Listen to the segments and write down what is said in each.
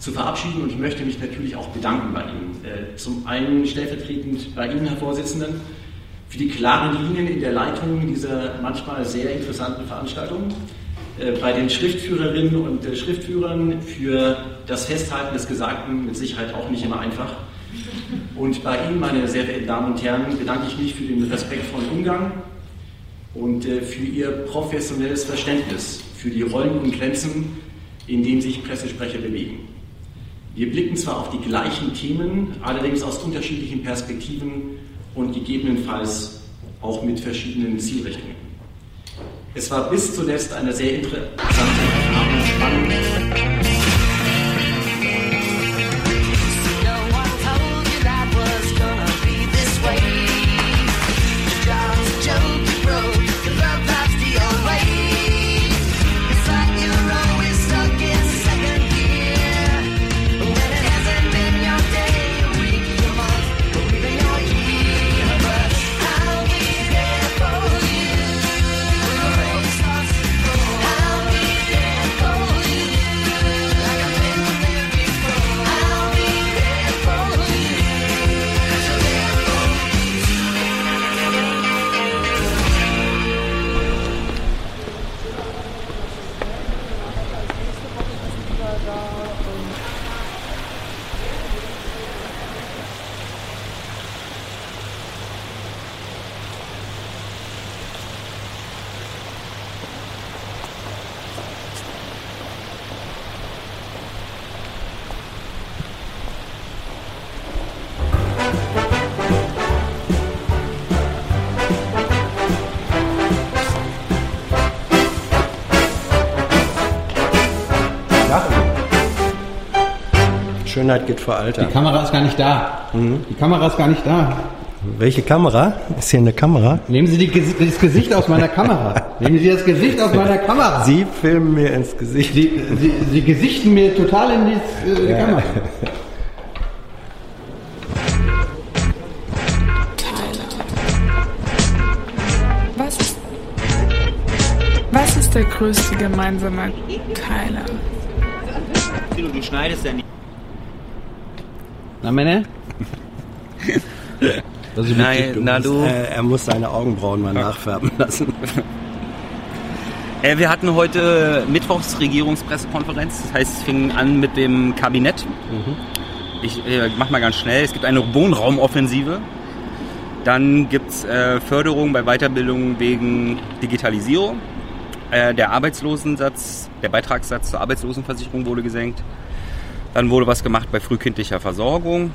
zu verabschieden und ich möchte mich natürlich auch bedanken bei Ihnen. Zum einen stellvertretend bei Ihnen, Herr Vorsitzender, für die klaren Linien in der Leitung dieser manchmal sehr interessanten Veranstaltung, bei den Schriftführerinnen und Schriftführern für das Festhalten des Gesagten, mit Sicherheit auch nicht immer einfach. Und bei Ihnen, meine sehr verehrten Damen und Herren, bedanke ich mich für den respektvollen Umgang und für Ihr professionelles Verständnis für die Rollen und Grenzen, in denen sich Pressesprecher bewegen. Wir blicken zwar auf die gleichen Themen, allerdings aus unterschiedlichen Perspektiven und gegebenenfalls auch mit verschiedenen Zielrichtungen. Es war bis zuletzt eine sehr interessante Erfahrung, spannend. Schönheit geht vor Alter. Die Kamera ist gar nicht da. Die Kamera ist gar nicht da. Welche Kamera? Ist hier eine Kamera? Nehmen Sie das Gesicht aus meiner Kamera. Nehmen Sie das Gesicht aus meiner Kamera. Sie filmen mir ins Gesicht. Sie gesichten mir total in die Kamera. Was ist der größte gemeinsame Teiler? Du schneidest ja nicht. Na, Männer? Er muss seine Augenbrauen mal nachfärben lassen. Wir hatten heute Mittwochs Regierungspressekonferenz. Das heißt, es fing an mit dem Kabinett. Ich mach mal ganz schnell. Es gibt eine Wohnraumoffensive. Dann gibt es Förderung bei Weiterbildung wegen Digitalisierung. Der Arbeitslosensatz, der Beitragssatz zur Arbeitslosenversicherung wurde gesenkt. Dann wurde was gemacht bei frühkindlicher Versorgung.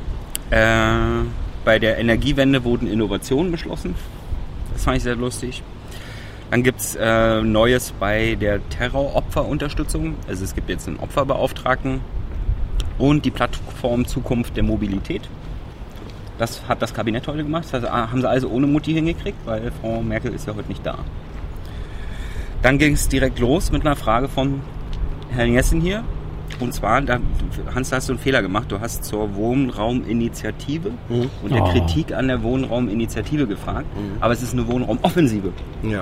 Bei der Energiewende wurden Innovationen beschlossen. Das fand ich sehr lustig. Dann gibt es Neues bei der Terroropferunterstützung. Also es gibt jetzt einen Opferbeauftragten und die Plattform Zukunft der Mobilität. Das hat das Kabinett heute gemacht. Das haben sie also ohne Mutti hingekriegt, weil Frau Merkel ist ja heute nicht da. Dann ging es direkt los mit einer Frage von Herrn Jessen hier. Und zwar, Hans, da hast du einen Fehler gemacht. Du hast zur Wohnrauminitiative und der Kritik an der Wohnrauminitiative gefragt. Aber es ist eine Wohnraumoffensive.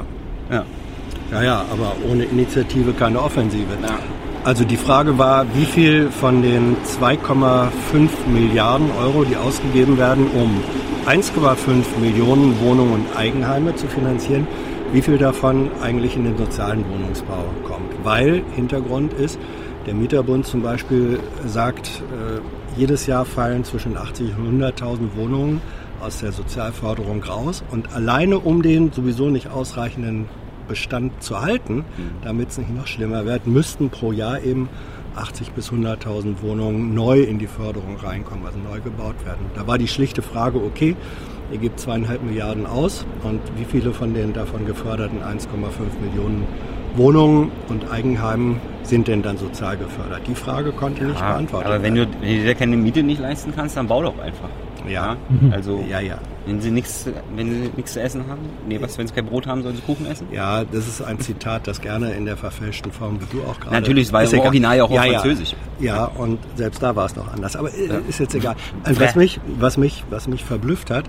Ja, aber ohne Initiative keine Offensive. Ja. Also die Frage war, wie viel von den 2,5 Milliarden Euro, die ausgegeben werden, um 1,5 Millionen Wohnungen und Eigenheime zu finanzieren, wie viel davon eigentlich in den sozialen Wohnungsbau kommt. Weil Hintergrund ist, der Mieterbund zum Beispiel sagt, jedes Jahr fallen zwischen 80 und 100.000 Wohnungen aus der Sozialförderung raus. Und alleine um den sowieso nicht ausreichenden Bestand zu halten, damit es nicht noch schlimmer wird, müssten pro Jahr eben 80 bis 100.000 Wohnungen neu in die Förderung reinkommen, also neu gebaut werden. Da war die schlichte Frage, okay, ihr gebt 2,5 Milliarden aus und wie viele von den davon geförderten 1,5 Millionen Wohnungen und Eigenheimen sind denn dann sozial gefördert? Die Frage konnte nicht beantwortet werden. Aber wenn du dir keine Miete nicht leisten kannst, dann bau doch einfach. Ja. Also, ja. Wenn sie nichts zu essen haben, wenn sie kein Brot haben, sollen sie Kuchen essen? Ja, das ist ein Zitat, das gerne in der verfälschten Form, wie du auch gerade... Natürlich, es war im Original ja auch auf Französisch. Ja, und selbst da war es noch anders. Aber ist jetzt egal. Und was mich verblüfft hat,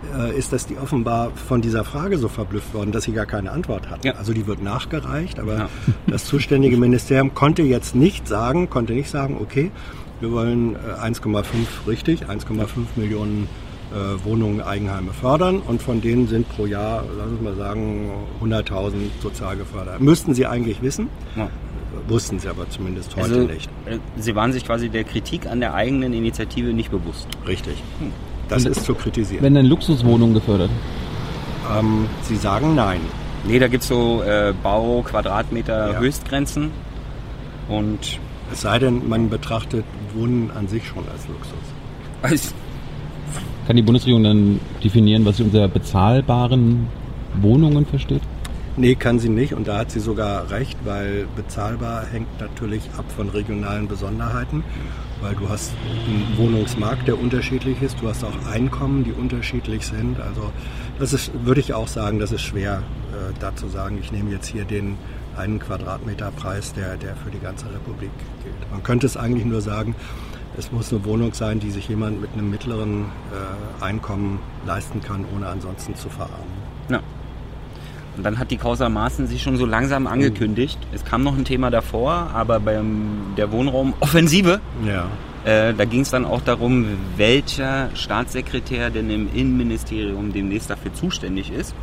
ist, dass die offenbar von dieser Frage so verblüfft worden, dass sie gar keine Antwort hatten. Ja. Also die wird nachgereicht, aber das zuständige Ministerium konnte nicht sagen, okay, wir wollen 1,5 Millionen Wohnungen, Eigenheime fördern und von denen sind pro Jahr, lass uns mal sagen, 100.000 sozial gefördert. Müssten sie eigentlich wissen, wussten sie aber zumindest heute nicht. Sie waren sich quasi der Kritik an der eigenen Initiative nicht bewusst. Richtig. Das ist zu kritisieren. Werden denn Luxuswohnungen gefördert? Sie sagen nein. Nee, da gibt es so Bau-Quadratmeter Höchstgrenzen. Und es sei denn, man betrachtet Wohnen an sich schon als Luxus. Kann die Bundesregierung dann definieren, was sie unter bezahlbaren Wohnungen versteht? Nee, kann sie nicht und da hat sie sogar recht, weil bezahlbar hängt natürlich ab von regionalen Besonderheiten, weil du hast einen Wohnungsmarkt, der unterschiedlich ist, du hast auch Einkommen, die unterschiedlich sind, also das ist, würde ich auch sagen, das ist schwer da zu sagen, ich nehme jetzt hier den einen Quadratmeterpreis, der für die ganze Republik gilt. Man könnte es eigentlich nur sagen, es muss eine Wohnung sein, die sich jemand mit einem mittleren Einkommen leisten kann, ohne ansonsten zu verarmen. Ja. Und dann hat die Causa Maaßen sich schon so langsam angekündigt. Es kam noch ein Thema davor, aber bei der Wohnraumoffensive, da ging es dann auch darum, welcher Staatssekretär denn im Innenministerium demnächst dafür zuständig ist.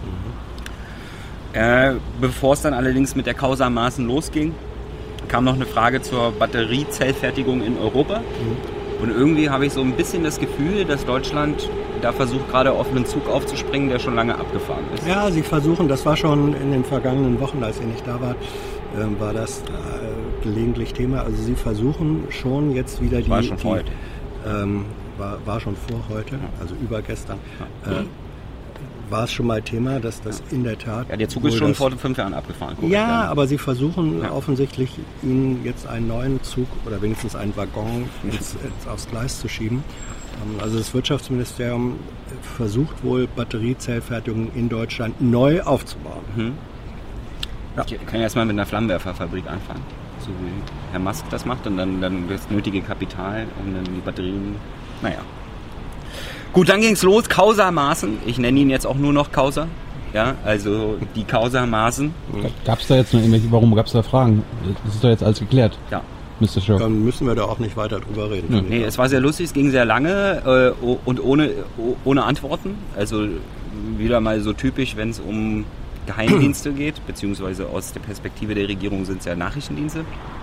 Bevor es dann allerdings mit der Causa Maaßen losging, kam noch eine Frage zur Batteriezellfertigung in Europa. Und irgendwie habe ich so ein bisschen das Gefühl, dass Deutschland da versucht, gerade auf einen Zug aufzuspringen, der schon lange abgefahren ist. Ja, sie versuchen, das war schon in den vergangenen Wochen, als ihr nicht da wart, war das gelegentlich Thema. Also sie versuchen schon jetzt wieder war schon vor heute, also übergestern. War es schon mal Thema, dass das in der Tat... Ja, der Zug ist schon vor 5 Jahren abgefahren. Ja, aber sie versuchen offensichtlich, ihnen jetzt einen neuen Zug oder wenigstens einen Waggon aufs Gleis zu schieben. Also das Wirtschaftsministerium versucht wohl, Batteriezellfertigung in Deutschland neu aufzubauen. Ja. Ich kann erstmal mit einer Flammenwerferfabrik anfangen, so wie Herr Musk das macht und dann das nötige Kapital und dann die Batterien, Gut, dann ging's los, Causa Maaßen. Ich nenne ihn jetzt auch nur noch Causa. Ja, also die Causa Maaßen. Gab es da jetzt noch irgendwelche, warum gab es da Fragen? Das ist doch jetzt alles geklärt. Ja. Mr. Show. Dann müssen wir da auch nicht weiter drüber reden. Nee, es war sehr lustig, es ging sehr lange und ohne Antworten. Also wieder mal so typisch, wenn es um Geheimdienste geht, beziehungsweise aus der Perspektive der Regierung sind es ja Nachrichtendienste.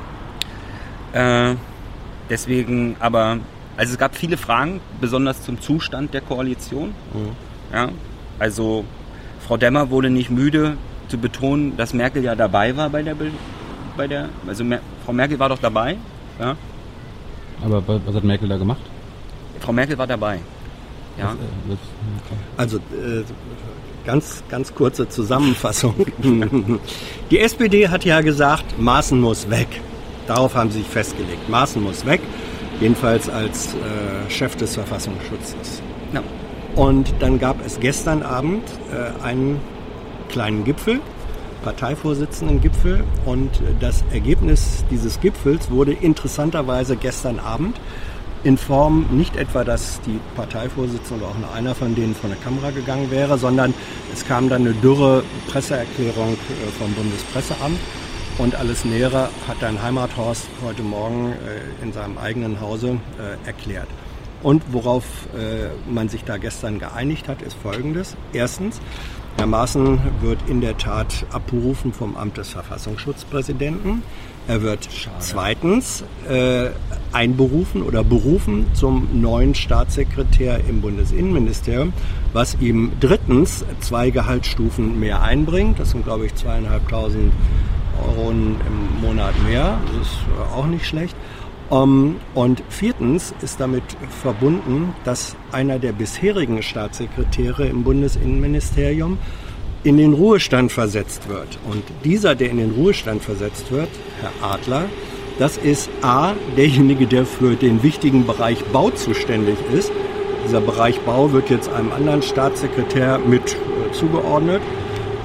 Deswegen, aber... Also es gab viele Fragen, besonders zum Zustand der Koalition. Ja, also Frau Demmer wurde nicht müde zu betonen, dass Merkel ja dabei war Frau Merkel war doch dabei. Ja. Aber was hat Merkel da gemacht? Frau Merkel war dabei. Ja. Also ganz kurze Zusammenfassung. Die SPD hat ja gesagt, Maaßen muss weg. Darauf haben sie sich festgelegt. Maaßen muss weg. Jedenfalls als Chef des Verfassungsschutzes. Ja. Und dann gab es gestern Abend einen kleinen Gipfel, Parteivorsitzendengipfel. Und das Ergebnis dieses Gipfels wurde interessanterweise gestern Abend in Form nicht etwa, dass die Parteivorsitzende oder auch nur einer von denen vor eine Kamera gegangen wäre, sondern es kam dann eine dürre Presseerklärung vom Bundespresseamt. Und alles Nähere hat dann Heimathorst heute Morgen in seinem eigenen Hause erklärt. Und worauf man sich da gestern geeinigt hat, ist Folgendes. Erstens, Herr Maaßen wird in der Tat abberufen vom Amt des Verfassungsschutzpräsidenten. Er wird zweitens einberufen oder berufen zum neuen Staatssekretär im Bundesinnenministerium, was ihm drittens 2 Gehaltsstufen mehr einbringt. Das sind, glaube ich, 2.500 Euro im Monat mehr, das ist auch nicht schlecht. Und viertens ist damit verbunden, dass einer der bisherigen Staatssekretäre im Bundesinnenministerium in den Ruhestand versetzt wird. Und dieser, der in den Ruhestand versetzt wird, Herr Adler, das ist A, derjenige, der für den wichtigen Bereich Bau zuständig ist. Dieser Bereich Bau wird jetzt einem anderen Staatssekretär mit zugeordnet.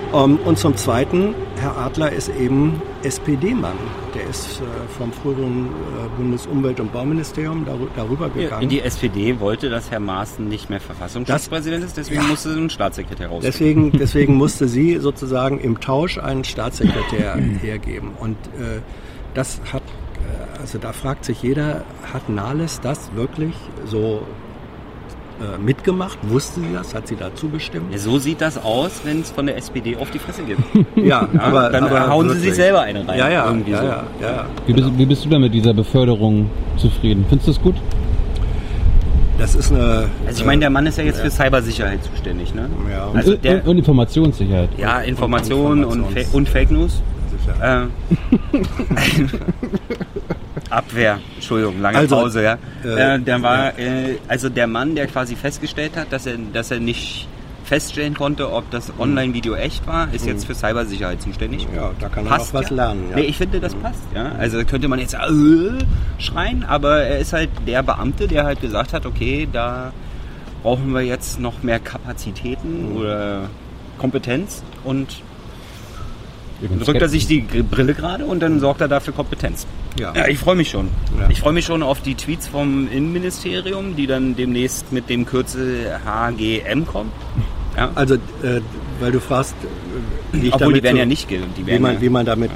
Und zum Zweiten, Herr Adler ist eben SPD-Mann. Der ist vom früheren Bundesumwelt- und Bauministerium darüber gegangen. Die SPD wollte, dass Herr Maaßen nicht mehr Verfassungsschutzpräsident ist, deswegen musste ein Staatssekretär raus. Deswegen musste sie sozusagen im Tausch einen Staatssekretär hergeben. Und das hat, also da fragt sich jeder, hat Nahles das wirklich so mitgemacht? Wusste sie das? Hat sie dazu gestimmt? Ja, so sieht das aus, wenn es von der SPD auf die Fresse gibt. Ja, aber dann hauen sie sich selber eine rein. Ja. Wie bist du da mit dieser Beförderung zufrieden? Findest du das gut? Das ist eine... Also ich meine, der Mann ist ja jetzt für Cybersicherheit zuständig, ne? Ja. Also und Informationssicherheit. Ja, Information und Fake News. Abwehr, Entschuldigung, lange Pause, ja. Der war, also der Mann, der quasi festgestellt hat, dass er nicht feststellen konnte, ob das Online-Video echt war, ist jetzt für Cybersicherheit zuständig. Ja, da kann er noch was lernen. Ja. Nee, ich finde, das passt, ja. Also könnte man jetzt schreien, aber er ist halt der Beamte, der halt gesagt hat, okay, da brauchen wir jetzt noch mehr Kapazitäten oder Kompetenz und drückt er sich die Brille gerade und dann sorgt er dafür Kompetenz. Ja, ich freue mich schon. Ja. Ich freue mich schon auf die Tweets vom Innenministerium, die dann demnächst mit dem Kürzel HGM kommen. Ja. Also, weil du fragst, die werden ja nicht wie man damit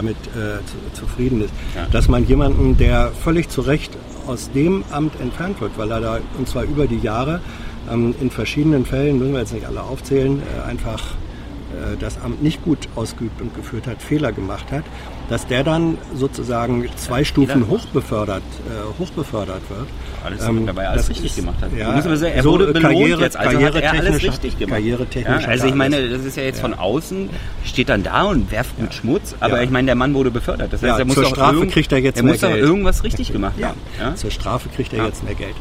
zufrieden ist. Ja. Dass man jemanden, der völlig zu Recht aus dem Amt entfernt wird, weil er da, und zwar über die Jahre, in verschiedenen Fällen, müssen wir jetzt nicht alle aufzählen, einfach das Amt nicht gut ausgeübt und geführt hat, Fehler gemacht hat, dass der dann sozusagen 2 Stufen hochbefördert wird. Alles richtig gemacht hat. Ja, er wurde belohnt jetzt, also hat er alles richtig gemacht. Karrieretechnisch. Ja, also ich meine, das ist ja jetzt von außen, steht dann da und werft mit Schmutz, aber ich meine, der Mann wurde befördert. Das heißt, er muss zur Strafe kriegt er jetzt mehr Geld. Er muss doch irgendwas richtig gemacht haben. Ja? Zur Strafe kriegt er jetzt mehr Geld.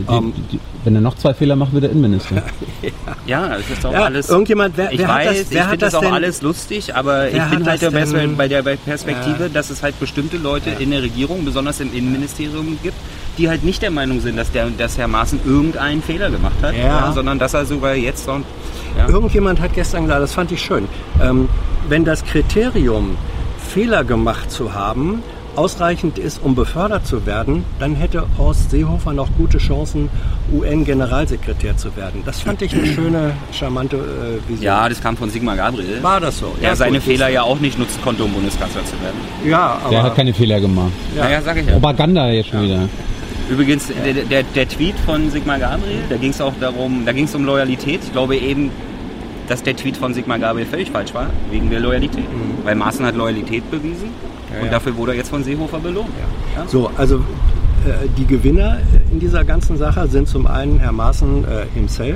Wenn er noch 2 Fehler macht, wird er Innenminister. Ja, das ist doch alles... Irgendjemand, ich finde das auch alles lustig, aber ich bin halt bei der Perspektive, dass es halt bestimmte Leute in der Regierung, besonders im Innenministerium gibt, die halt nicht der Meinung sind, dass Herr Maaßen irgendeinen Fehler gemacht hat, sondern dass er sogar jetzt... Irgendjemand hat gestern gesagt, das fand ich schön, wenn das Kriterium, Fehler gemacht zu haben, ausreichend ist, um befördert zu werden, dann hätte Horst Seehofer noch gute Chancen, UN-Generalsekretär zu werden. Das fand ich eine schöne, charmante Vision. Ja, das kam von Sigmar Gabriel. War das so? Der seine Fehler ja auch nicht nutzen konnte, um Bundeskanzler zu werden. Ja, aber... Der hat keine Fehler gemacht. Ja. Naja, sag ich ja. Propaganda jetzt schon wieder. Übrigens, der Tweet von Sigmar Gabriel, da ging es auch darum, um Loyalität. Ich glaube eben, dass der Tweet von Sigmar Gabriel völlig falsch war, wegen der Loyalität. Weil Maaßen hat Loyalität bewiesen. Und dafür wurde er jetzt von Seehofer belohnt. Ja. So, also die Gewinner in dieser ganzen Sache sind zum einen Herr Maaßen himself,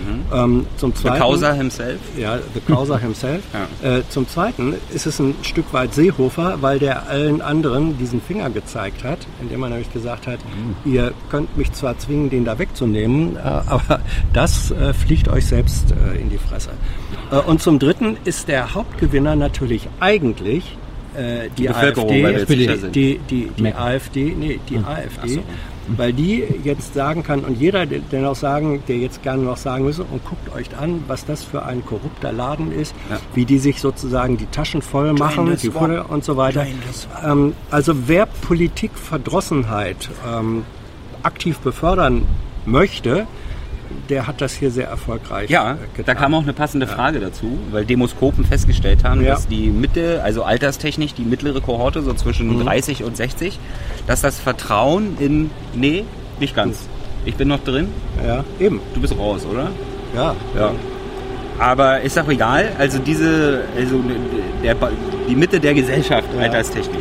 zum zweiten... The Causa himself. Ja, the Causa himself. Zum zweiten ist es ein Stück weit Seehofer, weil der allen anderen diesen Finger gezeigt hat, indem er nämlich gesagt hat, ihr könnt mich zwar zwingen, den da wegzunehmen, aber das fliegt euch selbst in die Fresse. Und zum dritten ist der Hauptgewinner natürlich eigentlich die AfD, AfD, weil die jetzt sagen kann, und jeder, der jetzt gerne noch sagen müsse, und guckt euch an, was das für ein korrupter Laden ist, wie die sich sozusagen die Taschen voll machen und so weiter. Also wer Politikverdrossenheit aktiv befördern möchte, der hat das hier sehr erfolgreich getan. Da kam auch eine passende Frage dazu, weil Demoskopen festgestellt haben, dass die Mitte, also alterstechnisch die mittlere Kohorte, so zwischen 30 und 60, dass das Vertrauen in... Nee, nicht ganz. Ich bin noch drin. Ja, eben. Du bist raus, oder? Ja. Aber ist auch egal, also die Mitte der Gesellschaft, alterstechnisch,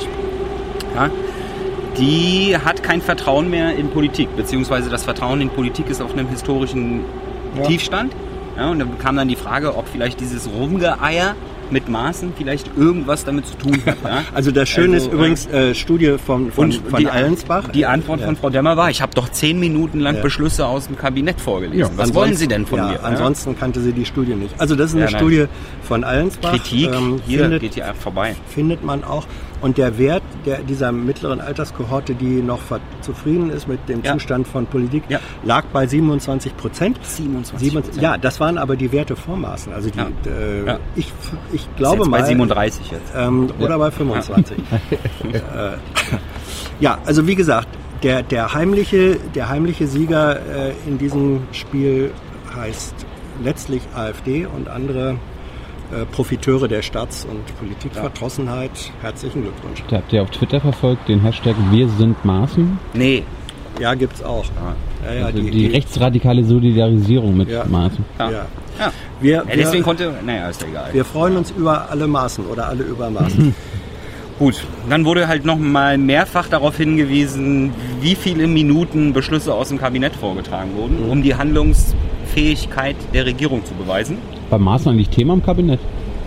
die hat kein Vertrauen mehr in Politik, beziehungsweise das Vertrauen in Politik ist auf einem historischen Tiefstand. Ja, und dann kam dann die Frage, ob vielleicht dieses Rumgeeier mit Maaßen vielleicht irgendwas damit zu tun hat. Ja? Also das Schöne ist übrigens, Studie von Allensbach. Die Antwort von Frau Demmer war, ich habe doch 10 Minuten lang Beschlüsse aus dem Kabinett vorgelesen. Was wollen Sie denn von mir? Ansonsten kannte sie die Studie nicht. Also das ist eine Studie von Allensbach. Kritik, hier geht ja vorbei. Findet man auch. Und der Wert dieser mittleren Alterskohorte, die noch zufrieden ist mit dem Zustand von Politik, lag bei 27%. 27%. Ja, das waren aber die Werte vor Maßen. Also ich glaube jetzt mal... bei 37 jetzt. Oder bei 25. Ja, also wie gesagt, der heimliche Sieger in diesem Spiel heißt letztlich AfD und andere Profiteure der Staats- und Politikverdrossenheit. Herzlichen Glückwunsch. Habt ihr auf Twitter verfolgt den Hashtag Wir sind Maßen? Nee. Ja, gibt's auch. Ja, also die rechtsradikale Solidarisierung mit Maßen. Ja. Deswegen konnte... Naja, ist ja egal. Wir freuen uns über alle Maßen oder alle über Maßen. Gut, dann wurde halt noch mal mehrfach darauf hingewiesen, wie viele Minuten Beschlüsse aus dem Kabinett vorgetragen wurden, um die Handlungsfähigkeit der Regierung zu beweisen. War Maßen eigentlich Thema im Kabinett?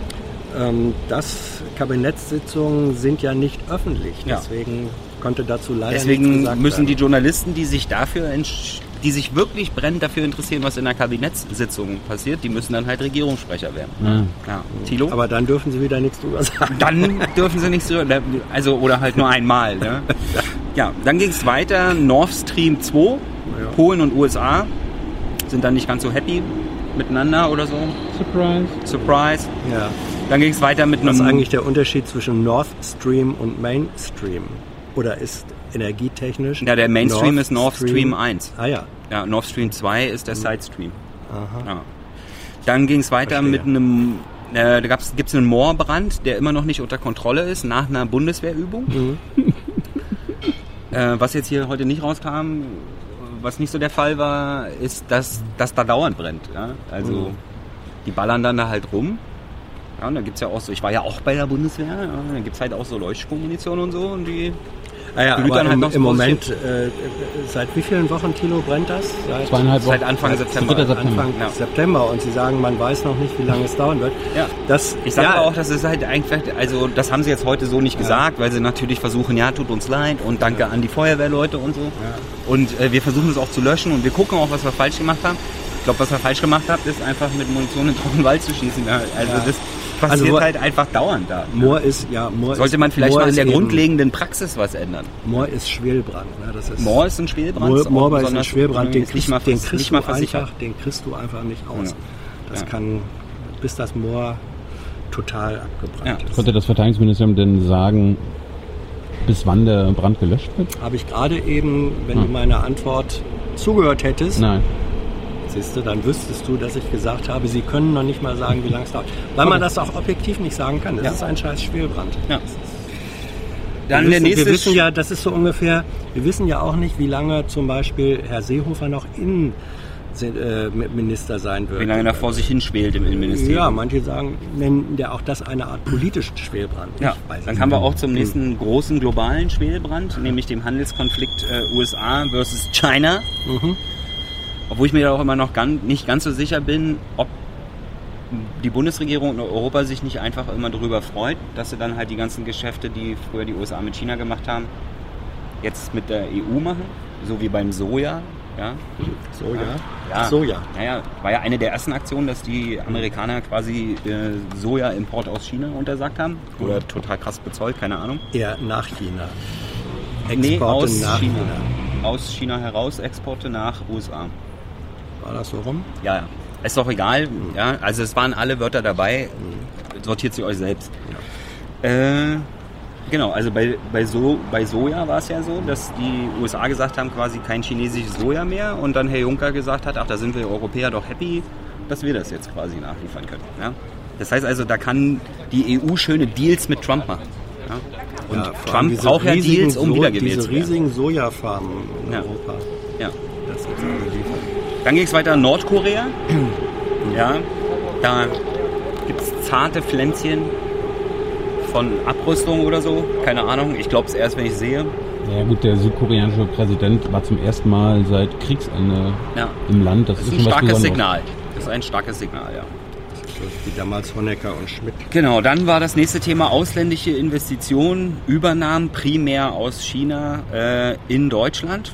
Kabinettssitzungen sind ja nicht öffentlich, deswegen konnte dazu leider nichts Deswegen gesagt müssen werden. Die Journalisten, die sich wirklich brennend dafür interessieren, was in der Kabinettssitzung passiert, die müssen dann halt Regierungssprecher werden. Ja. Thilo? Aber dann dürfen sie wieder nichts drüber sagen. Dann dürfen sie nichts drüber, also oder halt nur einmal. Ne? Ja, dann ging es weiter, Nord Stream 2, Polen und USA sind dann nicht ganz so happy miteinander oder so. Surprise. Ja. Dann ging es weiter mit einem... Was ist eigentlich der Unterschied zwischen Nord Stream und Mainstream? Oder ist energietechnisch... Ja, der Mainstream ist Nord Stream 1. Ah ja. Ja, Nord Stream 2 ist der Sidestream. Aha. Ja. Dann ging es weiter mit einem... da gibt's einen Moorbrand, der immer noch nicht unter Kontrolle ist, nach einer Bundeswehrübung. Was jetzt hier heute nicht rauskam, was nicht so der Fall war, ist, dass da dauernd brennt. Ja? Also die ballern dann da halt rum. Ja, und da gibt's ja auch so, ich war ja auch bei der Bundeswehr, da gibt's halt auch so Leuchtspurmunition und so und die... aber halt im Moment, seit wie vielen Wochen, Thilo, brennt das? Seit 2,5 Wochen. Seit Anfang September. Anfang September. Und Sie sagen, man weiß noch nicht, wie lange es dauern wird. Ja. Ich sage aber auch, das ist halt einfach, also das haben Sie jetzt heute so nicht gesagt, weil Sie natürlich versuchen, tut uns leid und danke an die Feuerwehrleute und so. Ja. Und wir versuchen es auch zu löschen und wir gucken auch, was wir falsch gemacht haben. Ich glaube, was wir falsch gemacht haben, ist einfach mit Munition in trockenen Wald zu schießen. Also das passiert halt einfach dauernd da. Sollte man vielleicht mal in der grundlegenden Praxis was ändern. Moor ist Schwelbrand. Ne? Moor ist ein Schwelbrand. Moor ist ein Schwelbrand, den kriegst du einfach nicht aus. Ja. Das kann, bis das Moor total abgebrannt ist. Konnte das Verteidigungsministerium denn sagen, bis wann der Brand gelöscht wird? Habe ich gerade eben, wenn du meiner Antwort zugehört hättest, Nein. Siehst du, dann wüsstest du, dass ich gesagt habe, Sie können noch nicht mal sagen, wie lange es dauert. Weil man das auch objektiv nicht sagen kann. Das ist ein scheiß Schwelbrand. Ja. Dann wir wissen ja, das ist so ungefähr, wir wissen ja auch nicht, wie lange zum Beispiel Herr Seehofer noch Innenminister sein wird. Wie lange er vor sich hinschwelt im Innenministerium. Ja, manche nennen ja auch das eine Art politischen Schwelbrand. Ja, dann kommen wir auch zum nächsten großen globalen Schwelbrand, nämlich dem Handelskonflikt USA versus China. Obwohl ich mir da auch immer noch nicht ganz so sicher bin, ob die Bundesregierung und Europa sich nicht einfach immer darüber freut, dass sie dann halt die ganzen Geschäfte, die früher die USA mit China gemacht haben, jetzt mit der EU machen, so wie beim Soja. Ja. Soja. Naja, war ja eine der ersten Aktionen, dass die Amerikaner quasi Soja-Import aus China untersagt haben. Oder total krass bezollt, keine Ahnung. Eher nach China. Exporte nach China. Aus China heraus, Exporte nach USA. War das so rum? Ja. Ist doch egal. Ja, also es waren alle Wörter dabei. Sortiert sie euch selbst. Ja. Genau, also bei Soja war es ja so, dass die USA gesagt haben, quasi kein chinesisches Soja mehr. Und dann Herr Juncker gesagt hat, da sind wir Europäer doch happy, dass wir das jetzt quasi nachliefern können. Ja? Das heißt also, da kann die EU schöne Deals mit Trump machen. Ja? Und Trump braucht ja Deals, um wiedergewählt zu werden. Diese riesigen Sojafarmen in Europa. Ja. Das ist dann ging es weiter in Nordkorea. Ja, da gibt es zarte Pflänzchen von Abrüstung oder so. Keine Ahnung, ich glaube es erst, wenn ich sehe. Ja gut, der südkoreanische Präsident war zum ersten Mal seit Kriegsende im Land. Das ist ein starkes Signal. Das ist ein starkes Signal, ja. Wie damals Honecker und Schmidt. Genau, dann war das nächste Thema ausländische Investitionen, Übernahmen primär aus China in Deutschland.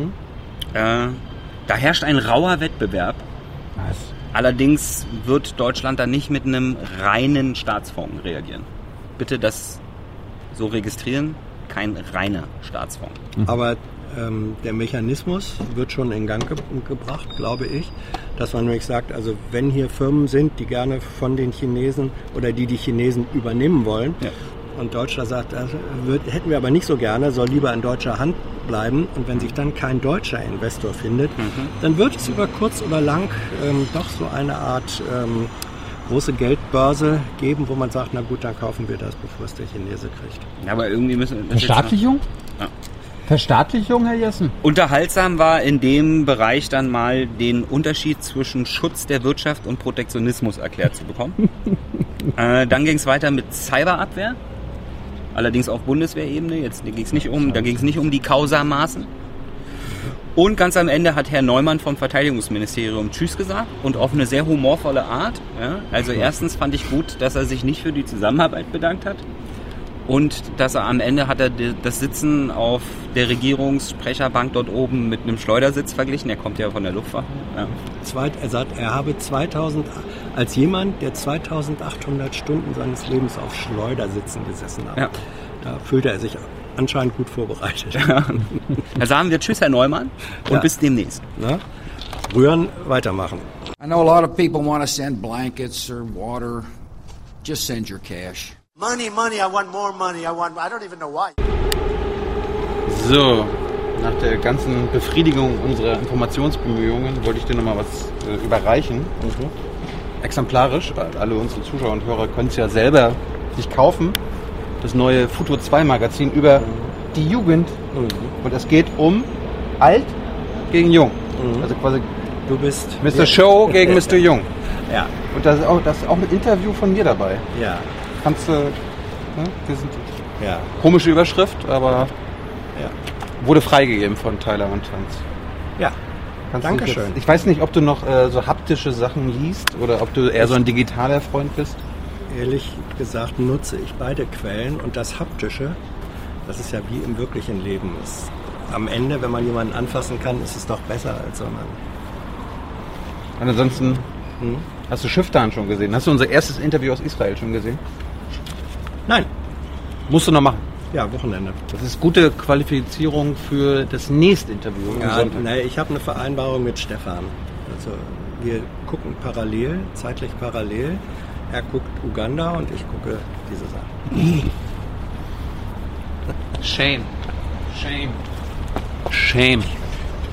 Da herrscht ein rauer Wettbewerb. Was? Allerdings wird Deutschland da nicht mit einem reinen Staatsfonds reagieren. Bitte das so registrieren, kein reiner Staatsfonds. Aber der Mechanismus wird schon in Gang gebracht, glaube ich, dass man nämlich sagt, also wenn hier Firmen sind, die gerne von den Chinesen oder die Chinesen übernehmen wollen, und Deutschland sagt, das hätten wir aber nicht so gerne, soll lieber in deutscher Hand bleiben, und wenn sich dann kein deutscher Investor findet, dann wird es über kurz oder lang doch so eine Art große Geldbörse geben, wo man sagt, na gut, dann kaufen wir das, bevor es der Chinese kriegt. Ja, aber irgendwie müssen wir... Verstaatlichung? Ja. Verstaatlichung, Herr Jessen? Unterhaltsam war in dem Bereich dann mal den Unterschied zwischen Schutz der Wirtschaft und Protektionismus erklärt zu bekommen. Dann ging es weiter mit Cyberabwehr, allerdings auf Bundeswehrebene. Da ging es nicht um die Causa-Maßen. Und ganz am Ende hat Herr Neumann vom Verteidigungsministerium Tschüss gesagt und auf eine sehr humorvolle Art. Ja? Also erstens fand ich gut, dass er sich nicht für die Zusammenarbeit bedankt hat. Und dass er am Ende hat er das Sitzen auf der Regierungssprecherbank dort oben mit einem Schleudersitz verglichen. Er kommt ja von der Luftwaffe. Ja. Er sagt, er habe als jemand, der 2800 Stunden seines Lebens auf Schleudersitzen gesessen hat. Ja. Da fühlte er sich anscheinend gut vorbereitet. Ja. Da sagen wir Tschüss, Herr Neumann, und bis demnächst. Na? Rühren, weitermachen. I know a lot of people want to send blankets or water. Just send your cash. Money, I want more money. I don't even know why. So, nach der ganzen Befriedigung unserer Informationsbemühungen wollte ich dir nochmal was überreichen. Exemplarisch, weil alle unsere Zuschauer und Hörer können es ja selber sich kaufen. Das neue Futur 2 Magazin über die Jugend. Und es geht um alt gegen jung. Also quasi du bist Mr. Show gegen Mr. Jung. Ja. Und da ist auch ein Interview von mir dabei. Ja. Kannst du, ne? Komische Überschrift, aber wurde freigegeben von Tyler und Tanz. Ja. Dankeschön. Ich weiß nicht, ob du noch so haptische Sachen liest oder ob du eher so ein digitaler Freund bist. Ehrlich gesagt nutze ich beide Quellen, und das Haptische, das ist ja wie im wirklichen Leben ist. Am Ende, wenn man jemanden anfassen kann, ist es doch besser, als wenn man... Und ansonsten, hast du Schifftan schon gesehen? Hast du unser erstes Interview aus Israel schon gesehen? Nein. Musst du noch machen. Ja, Wochenende. Das ist gute Qualifizierung für das nächste Interview. Ich habe eine Vereinbarung mit Stefan. Also wir gucken zeitlich parallel. Er guckt Uganda und ich gucke diese Sachen. Shame.